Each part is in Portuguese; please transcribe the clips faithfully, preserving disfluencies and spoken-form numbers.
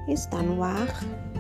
Está no ar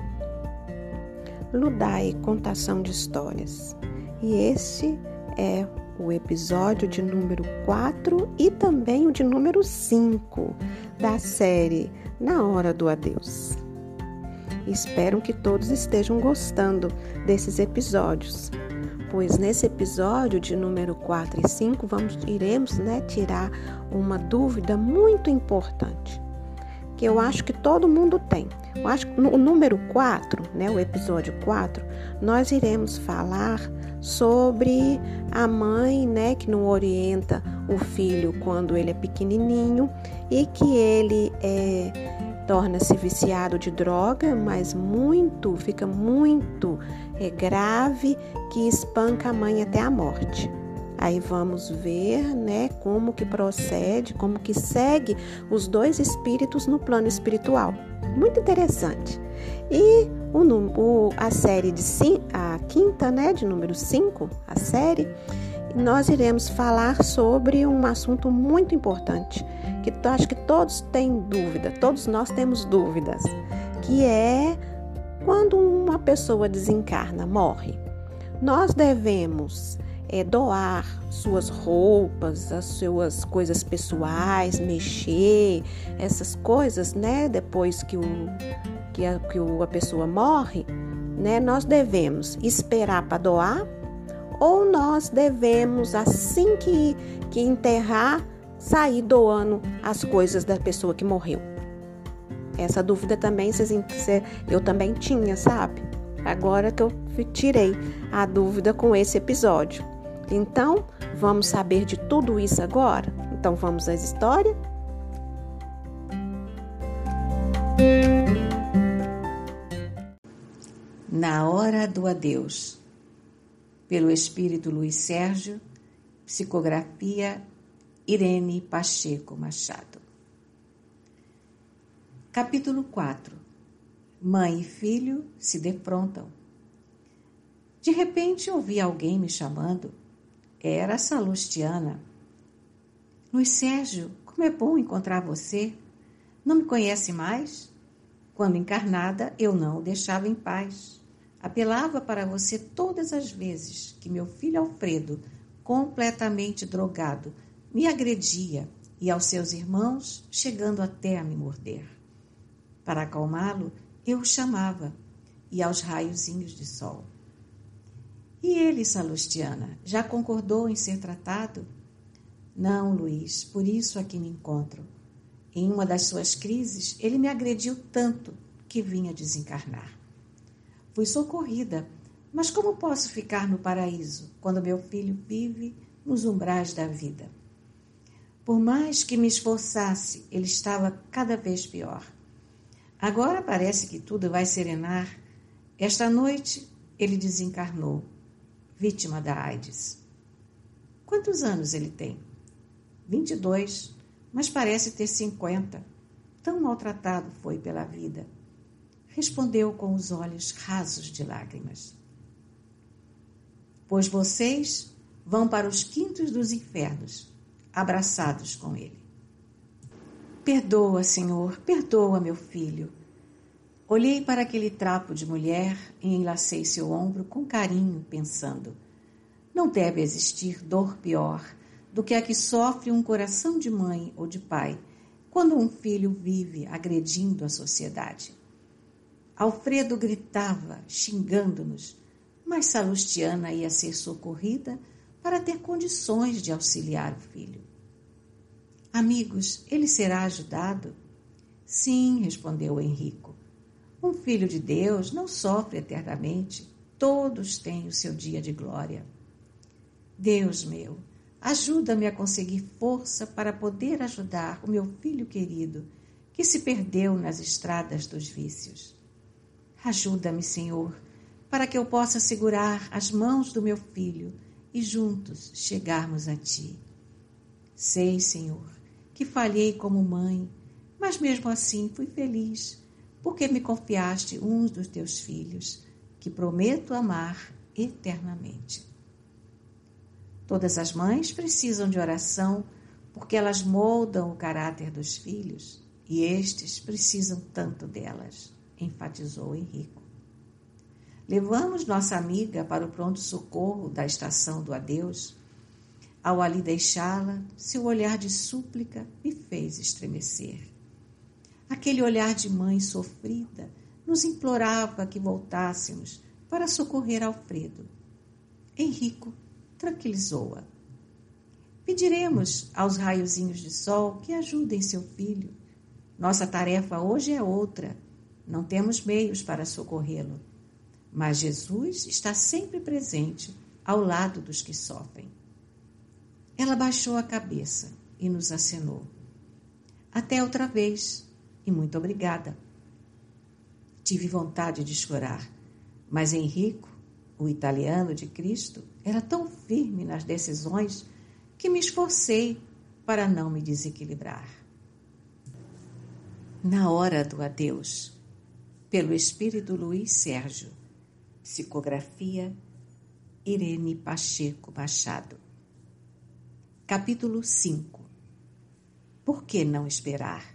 Ludai Contação de Histórias. E este é o episódio de número quatro e também o de número cinco da série Na Hora do Adeus. Espero que todos estejam gostando desses episódios, pois nesse episódio de número quatro e cinco vamos, iremos né, tirar uma dúvida muito importante, que eu acho que todo mundo tem. Eu acho que no número quatro, né, o episódio quatro, nós iremos falar sobre a mãe, né, que não orienta o filho quando ele é pequenininho e que ele é, torna-se viciado de droga, mas muito, fica muito é, grave, que espanca a mãe até a morte. Aí vamos ver, né, como que procede, como que segue os dois espíritos no plano espiritual. Muito interessante. E o, o, a série de a quinta, né, de número cinco, a série, nós iremos falar sobre um assunto muito importante, que eu acho que todos têm dúvida, todos nós temos dúvidas, que é quando uma pessoa desencarna, morre. Nós devemos É doar suas roupas, as suas coisas pessoais, mexer, essas coisas, né? Depois que, o, que, a, que a pessoa morre, né? Nós devemos esperar para doar ou nós devemos, assim que, que enterrar, sair doando as coisas da pessoa que morreu? Essa dúvida também eu também tinha, sabe? Agora que eu tirei a dúvida com esse episódio. Então, vamos saber de tudo isso agora? Então, vamos às histórias? Na Hora do Adeus, pelo Espírito Luiz Sérgio, psicografia Irene Pacheco Machado. Capítulo quatro. Mãe e filho se defrontam. De repente, ouvi alguém me chamando. Era a Salustiana. Luiz Sérgio, como é bom encontrar você. Não me conhece mais? Quando encarnada, eu não o deixava em paz. Apelava para você todas as vezes que meu filho Alfredo, completamente drogado, me agredia e aos seus irmãos, chegando até a me morder. Para acalmá-lo, eu o chamava, e aos raiozinhos de sol. E ele, Salustiana, já concordou em ser tratado? Não, Luiz, por isso aqui me encontro. Em uma das suas crises, ele me agrediu tanto que vinha desencarnar. Fui socorrida, mas como posso ficar no paraíso quando meu filho vive nos umbrais da vida? Por mais que me esforçasse, ele estava cada vez pior. Agora parece que tudo vai serenar. Esta noite ele desencarnou, vítima da AIDS. Quantos anos ele tem? vinte e dois, mas parece ter cinquenta. Tão maltratado foi pela vida. Respondeu com os olhos rasos de lágrimas. Pois vocês vão para os quintos dos infernos, abraçados com ele. Perdoa, Senhor, perdoa, meu filho. Olhei para aquele trapo de mulher e enlacei seu ombro com carinho, pensando: não deve existir dor pior do que a que sofre um coração de mãe ou de pai quando um filho vive agredindo a sociedade. Alfredo gritava, xingando-nos, mas Salustiana ia ser socorrida para ter condições de auxiliar o filho. Amigos, ele será ajudado? Sim, respondeu Henrico. Um filho de Deus não sofre eternamente. Todos têm o seu dia de glória. Deus meu, ajuda-me a conseguir força para poder ajudar o meu filho querido, que se perdeu nas estradas dos vícios. Ajuda-me, Senhor, para que eu possa segurar as mãos do meu filho e juntos chegarmos a Ti. Sei, Senhor, que falhei como mãe, mas mesmo assim fui feliz, porque me confiaste um dos teus filhos, que prometo amar eternamente. Todas as mães precisam de oração, porque elas moldam o caráter dos filhos, e estes precisam tanto delas. enfatizou Henrico. Levamos nossa amiga para o pronto-socorro da estação do adeus. Ao ali deixá-la, seu olhar de súplica me fez estremecer. Aquele olhar de mãe sofrida nos implorava que voltássemos para socorrer Alfredo. Henrico tranquilizou-a. Pediremos aos raiozinhos de sol que ajudem seu filho. Nossa tarefa hoje é outra. Não temos meios para socorrê-lo. Mas Jesus está sempre presente ao lado dos que sofrem. Ela baixou a cabeça e nos acenou. Até outra vez e muito obrigada. Tive vontade de chorar, mas Henrico, o italiano de Cristo, era tão firme nas decisões que me esforcei para não me desequilibrar. Na hora do adeus, pelo espírito Luiz Sérgio, psicografia Irene Pacheco Machado. Capítulo cinco. Por que não esperar?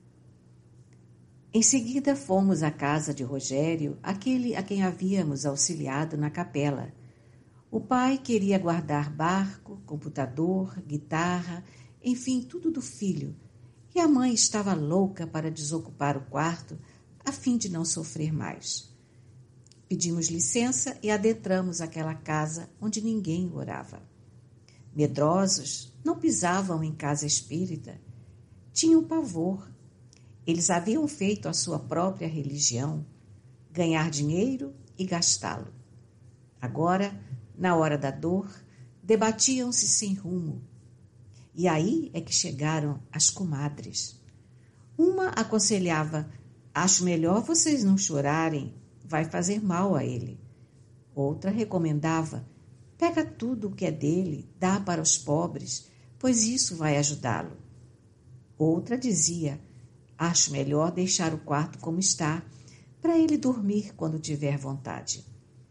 Em seguida fomos à casa de Rogério, aquele a quem havíamos auxiliado na capela. O pai queria guardar barco, computador, guitarra, enfim, tudo do filho, e a mãe estava louca para desocupar o quarto a fim de não sofrer mais. Pedimos licença e adentramos aquela casa onde ninguém orava. Medrosos, não pisavam em casa espírita. Tinham pavor. Eles haviam feito a sua própria religião, ganhar dinheiro e gastá-lo. Agora, na hora da dor, debatiam-se sem rumo. E aí é que chegaram as comadres. Uma aconselhava: acho melhor vocês não chorarem, vai fazer mal a ele. Outra recomendava: pega tudo o que é dele, dá para os pobres, pois isso vai ajudá-lo. Outra dizia: acho melhor deixar o quarto como está, para ele dormir quando tiver vontade.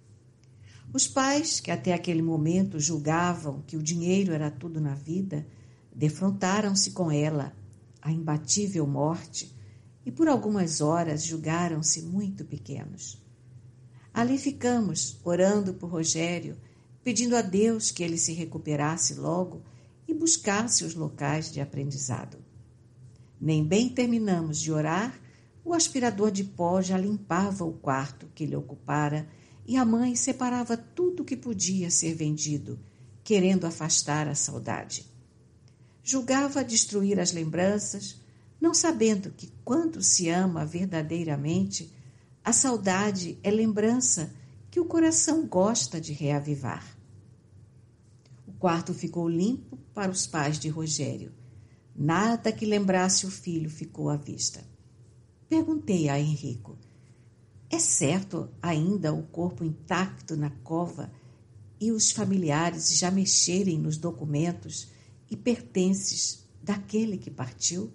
Os pais, que até aquele momento julgavam que o dinheiro era tudo na vida, defrontaram-se com ela, a imbatível morte, e por algumas horas julgaram-se muito pequenos. Ali ficamos, orando por Rogério, pedindo a Deus que ele se recuperasse logo e buscasse os locais de aprendizado. Nem bem terminamos de orar, o aspirador de pó já limpava o quarto que lhe ocupara e a mãe separava tudo que podia ser vendido, querendo afastar a saudade. Julgava destruir as lembranças, não sabendo que, quando se ama verdadeiramente, a saudade é lembrança que o coração gosta de reavivar. O quarto ficou limpo para os pais de Rogério. Nada que lembrasse o filho ficou à vista. Perguntei a Henrico: é certo ainda o corpo intacto na cova e os familiares já mexerem nos documentos e pertences daquele que partiu?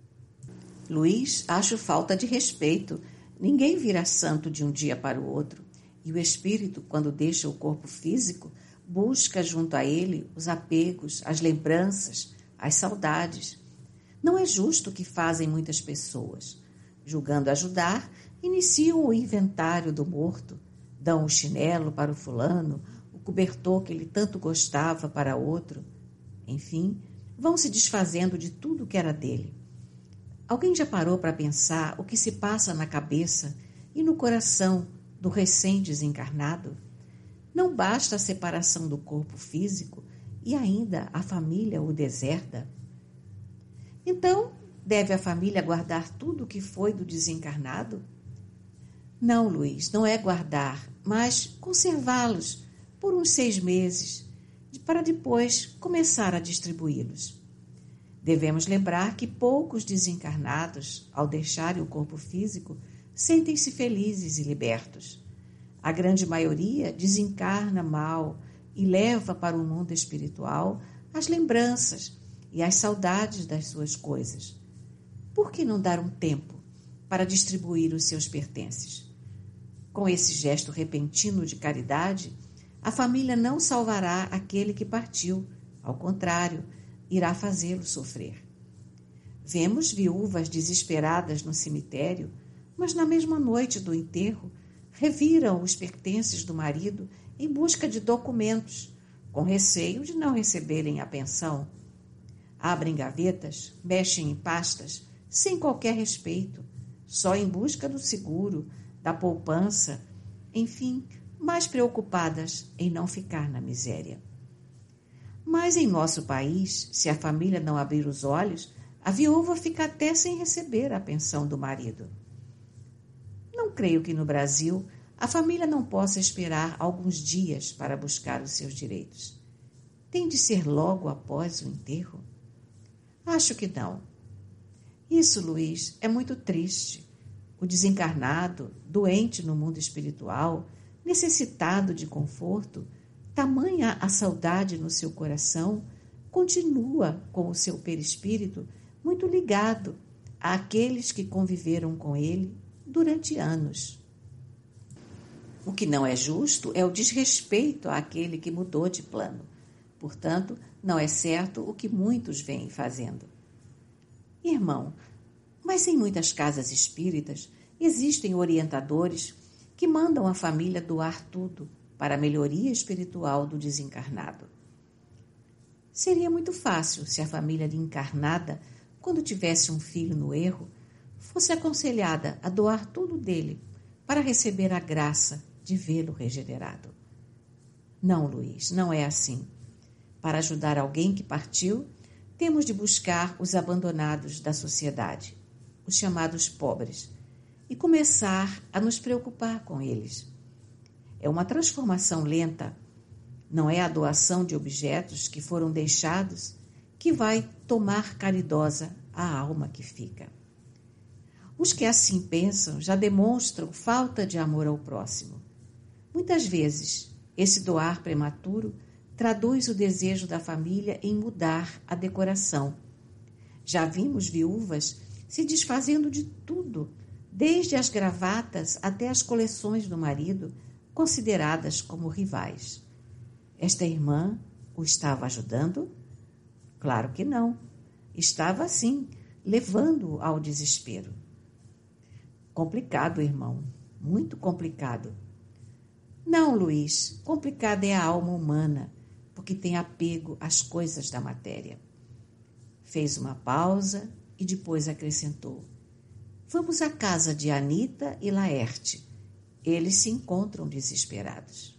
Luiz, acho falta de respeito. Ninguém vira santo de um dia para o outro. E o espírito, quando deixa o corpo físico, busca junto a ele os apegos, as lembranças, as saudades. Não é justo o que fazem muitas pessoas. Julgando ajudar, iniciam o inventário do morto, dão o chinelo para o fulano, o cobertor que ele tanto gostava para outro. Enfim, vão se desfazendo de tudo que era dele. Alguém já parou para pensar o que se passa na cabeça e no coração do recém-desencarnado? Não basta a separação do corpo físico e ainda a família o deserda. Então, deve a família guardar tudo o que foi do desencarnado? Não, Luiz, não é guardar, mas conservá-los por uns seis meses, para depois começar a distribuí-los. Devemos lembrar que poucos desencarnados, ao deixarem o corpo físico, sentem-se felizes e libertos. A grande maioria desencarna mal e leva para o mundo espiritual as lembranças e as saudades das suas coisas. Por que não dar um tempo para distribuir os seus pertences? Com esse gesto repentino de caridade, a família não salvará aquele que partiu, ao contrário, irá fazê-lo sofrer. Vemos viúvas desesperadas no cemitério, mas na mesma noite do enterro, reviram os pertences do marido em busca de documentos, com receio de não receberem a pensão. Abrem gavetas, mexem em pastas, sem qualquer respeito, só em busca do seguro, da poupança, enfim, mais preocupadas em não ficar na miséria. Mas em nosso país, se a família não abrir os olhos, a viúva fica até sem receber a pensão do marido. Não creio que no Brasil a família não possa esperar alguns dias para buscar os seus direitos. Tem de ser logo após o enterro? Acho que não. Isso, Luiz, é muito triste. O desencarnado, doente no mundo espiritual, necessitado de conforto, tamanha a saudade no seu coração, continua com o seu perispírito muito ligado àqueles que conviveram com ele durante anos. O que não é justo é o desrespeito àquele que mudou de plano. Portanto, não é certo o que muitos vêm fazendo. Irmão, mas em muitas casas espíritas existem orientadores que mandam a família doar tudo para a melhoria espiritual do desencarnado. Seria muito fácil se a família encarnada, quando tivesse um filho no erro, fosse aconselhada a doar tudo dele para receber a graça de vê-lo regenerado. Não, Luiz, não é assim. Para ajudar alguém que partiu, temos de buscar os abandonados da sociedade, os chamados pobres, e começar a nos preocupar com eles. É uma transformação lenta, não é a doação de objetos que foram deixados que vai tomar caridosa a alma que fica. Os que assim pensam já demonstram falta de amor ao próximo. Muitas vezes, esse doar prematuro traduz o desejo da família em mudar a decoração. Já vimos viúvas se desfazendo de tudo, desde as gravatas até as coleções do marido, consideradas como rivais. Esta irmã o estava ajudando? Claro que não. Estava, sim, levando-o ao desespero. Complicado, irmão, muito complicado. Não, Luiz, complicada é a alma humana, porque tem apego às coisas da matéria. Fez uma pausa e depois acrescentou: vamos à casa de Anita e Laerte. Eles se encontram desesperados.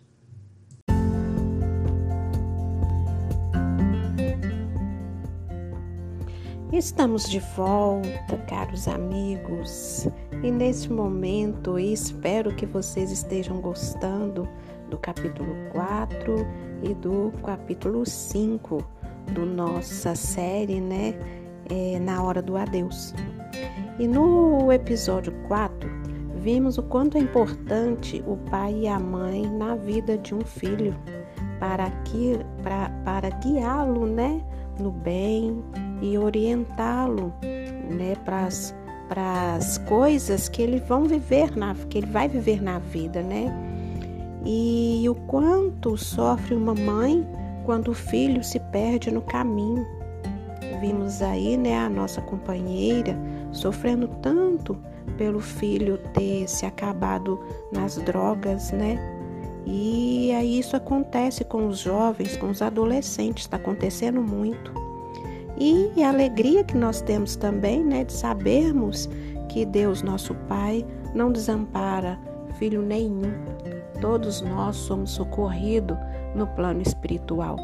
Estamos de volta, caros amigos, e neste momento espero que vocês estejam gostando do capítulo quatro e do capítulo cinco do nossa série, né, é, Na Hora do Adeus. E no episódio quatro, vimos o quanto é importante o pai e a mãe na vida de um filho para, que, para, para guiá-lo, né, no bem e orientá-lo, né, para as coisas que ele vão viver na, que ele vai viver na vida, né? E o quanto sofre uma mãe quando o filho se perde no caminho. Vimos aí, né, a nossa companheira sofrendo tanto pelo filho ter se acabado nas drogas, né? E aí isso acontece com os jovens, com os adolescentes, está acontecendo muito. E a alegria que nós temos também, né, de sabermos que Deus, nosso Pai, não desampara filho nenhum. Todos nós somos socorridos no plano espiritual.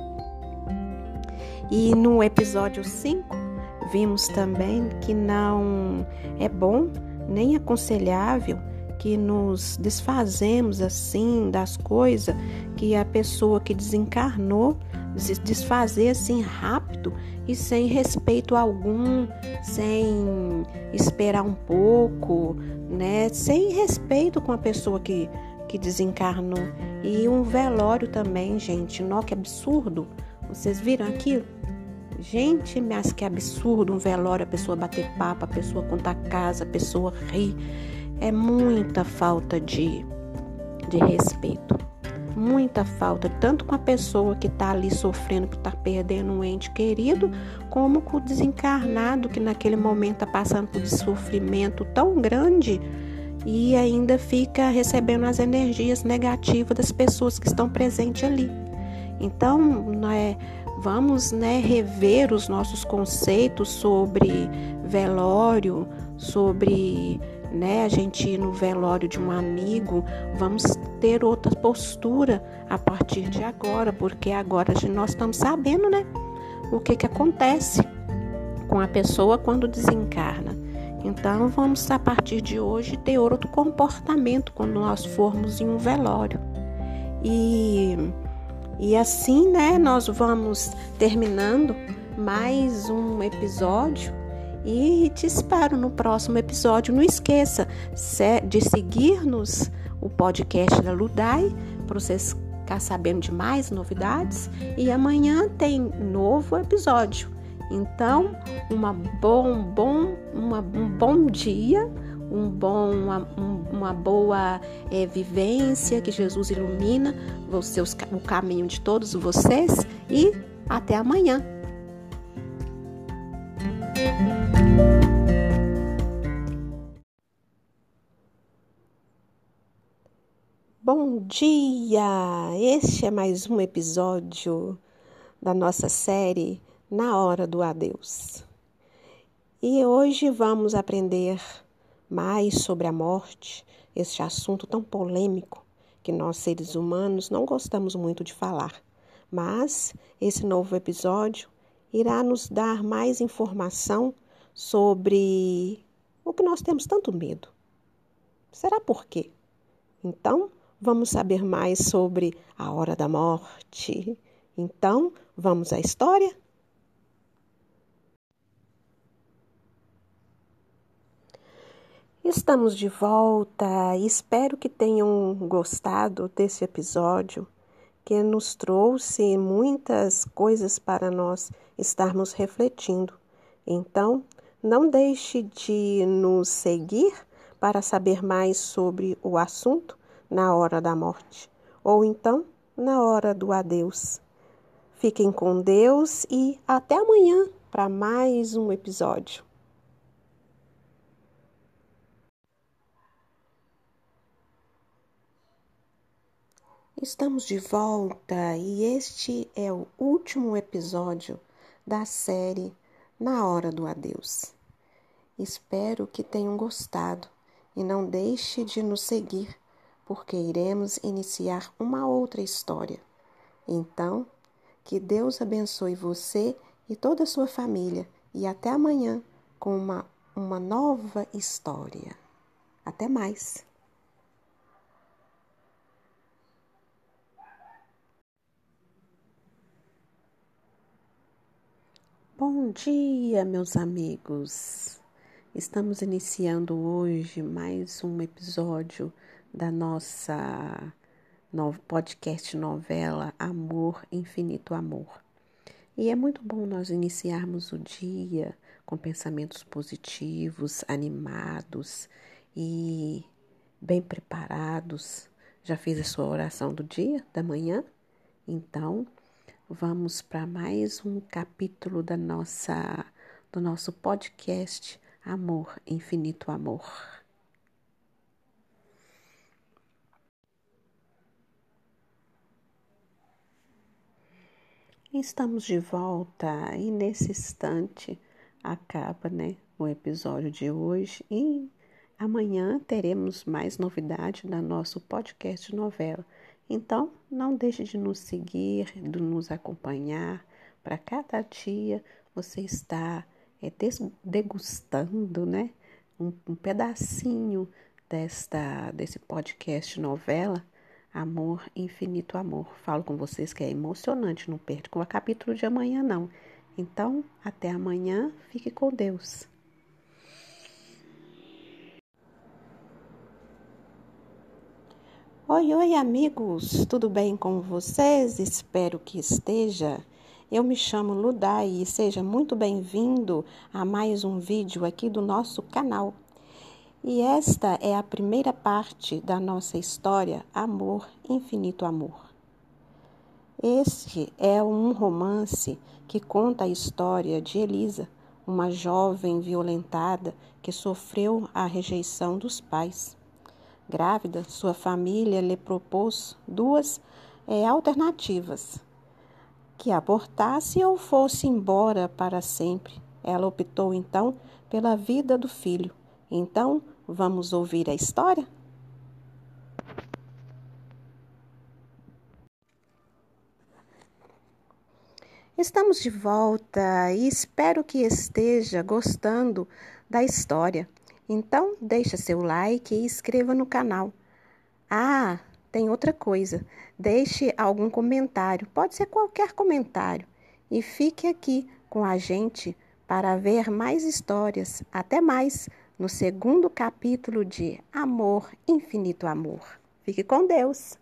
E no episódio cinco, vimos também que não é bom nem aconselhável que nos desfazemos assim das coisas que a pessoa que desencarnou se desfazer assim rápido e sem respeito algum, sem esperar um pouco, né? Sem respeito com a pessoa que, que desencarnou. E um velório também, gente, nó, que absurdo. Vocês viram aquilo? Gente, mas que absurdo um velório, a pessoa bater papo, a pessoa contar casa, a pessoa rir. É muita falta de, de respeito. Muita falta, tanto com a pessoa que está ali sofrendo por estar perdendo um ente querido, como com o desencarnado que naquele momento está passando por um sofrimento tão grande, e ainda fica recebendo as energias negativas das pessoas que estão presentes ali. Então, né, vamos, né, rever os nossos conceitos sobre velório, sobre, né, a gente ir no velório de um amigo. Vamos ter outra postura a partir de agora, porque agora nós estamos sabendo, né, o que que acontece com a pessoa quando desencarna. Então, vamos, a partir de hoje, ter outro comportamento quando nós formos em um velório. E... E assim, né, nós vamos terminando mais um episódio e te espero no próximo episódio. Não esqueça de seguir-nos o podcast da Ludai para vocês ficar sabendo de mais novidades. E amanhã tem novo episódio. Então, uma bom, bom, uma, um bom dia, um bom, uma, uma boa é, vivência, que Jesus ilumina os seus, o caminho de todos vocês e até amanhã. Bom dia! Este é mais um episódio da nossa série Na Hora do Adeus. E hoje vamos aprender mais sobre a morte, este assunto tão polêmico que nós seres humanos não gostamos muito de falar. Mas esse novo episódio irá nos dar mais informação sobre o que nós temos tanto medo. Será por quê? Então, vamos saber mais sobre a hora da morte. Então, vamos à história? Estamos de volta e espero que tenham gostado desse episódio, que nos trouxe muitas coisas para nós estarmos refletindo. Então, não deixe de nos seguir para saber mais sobre o assunto na hora da morte, ou então na hora do adeus. Fiquem com Deus e até amanhã para mais um episódio. Estamos de volta e este é o último episódio da série Na Hora do Adeus. Espero que tenham gostado e não deixe de nos seguir, porque iremos iniciar uma outra história. Então, que Deus abençoe você e toda a sua família e até amanhã com uma, uma nova história. Até mais! Bom dia, meus amigos! Estamos iniciando hoje mais um episódio da nossa no podcast novela Amor, Infinito Amor. E é muito bom nós iniciarmos o dia com pensamentos positivos, animados e bem preparados. Já fez a sua oração do dia, da manhã? Então, vamos para mais um capítulo da nossa, do nosso podcast Amor, Infinito Amor. Estamos de volta e nesse instante acaba, né, o episódio de hoje e amanhã teremos mais novidade no nosso podcast novela. Então, não deixe de nos seguir, de nos acompanhar. Para cada dia você está é, degustando, né, um, um pedacinho desta, desse podcast novela Amor, Infinito Amor. Falo com vocês que é emocionante, não perca o capítulo de amanhã não. Então, até amanhã, fique com Deus. Oi, oi amigos, tudo bem com vocês? Espero que esteja. Eu me chamo Ludai e seja muito bem-vindo a mais um vídeo aqui do nosso canal. E esta é a primeira parte da nossa história Amor, Infinito Amor. Este é um romance que conta a história de Elisa, uma jovem violentada que sofreu a rejeição dos pais. grávida, sua família lhe propôs duas é, alternativas: que abortasse ou fosse embora para sempre. Ela optou então pela vida do filho. Então, vamos ouvir a história? Estamos de volta e espero que esteja gostando da história. Então, deixa seu like e inscreva no canal. Ah, tem outra coisa. Deixe algum comentário, pode ser qualquer comentário. E fique aqui com a gente para ver mais histórias. Até mais no segundo capítulo de Amor, Infinito Amor. Fique com Deus!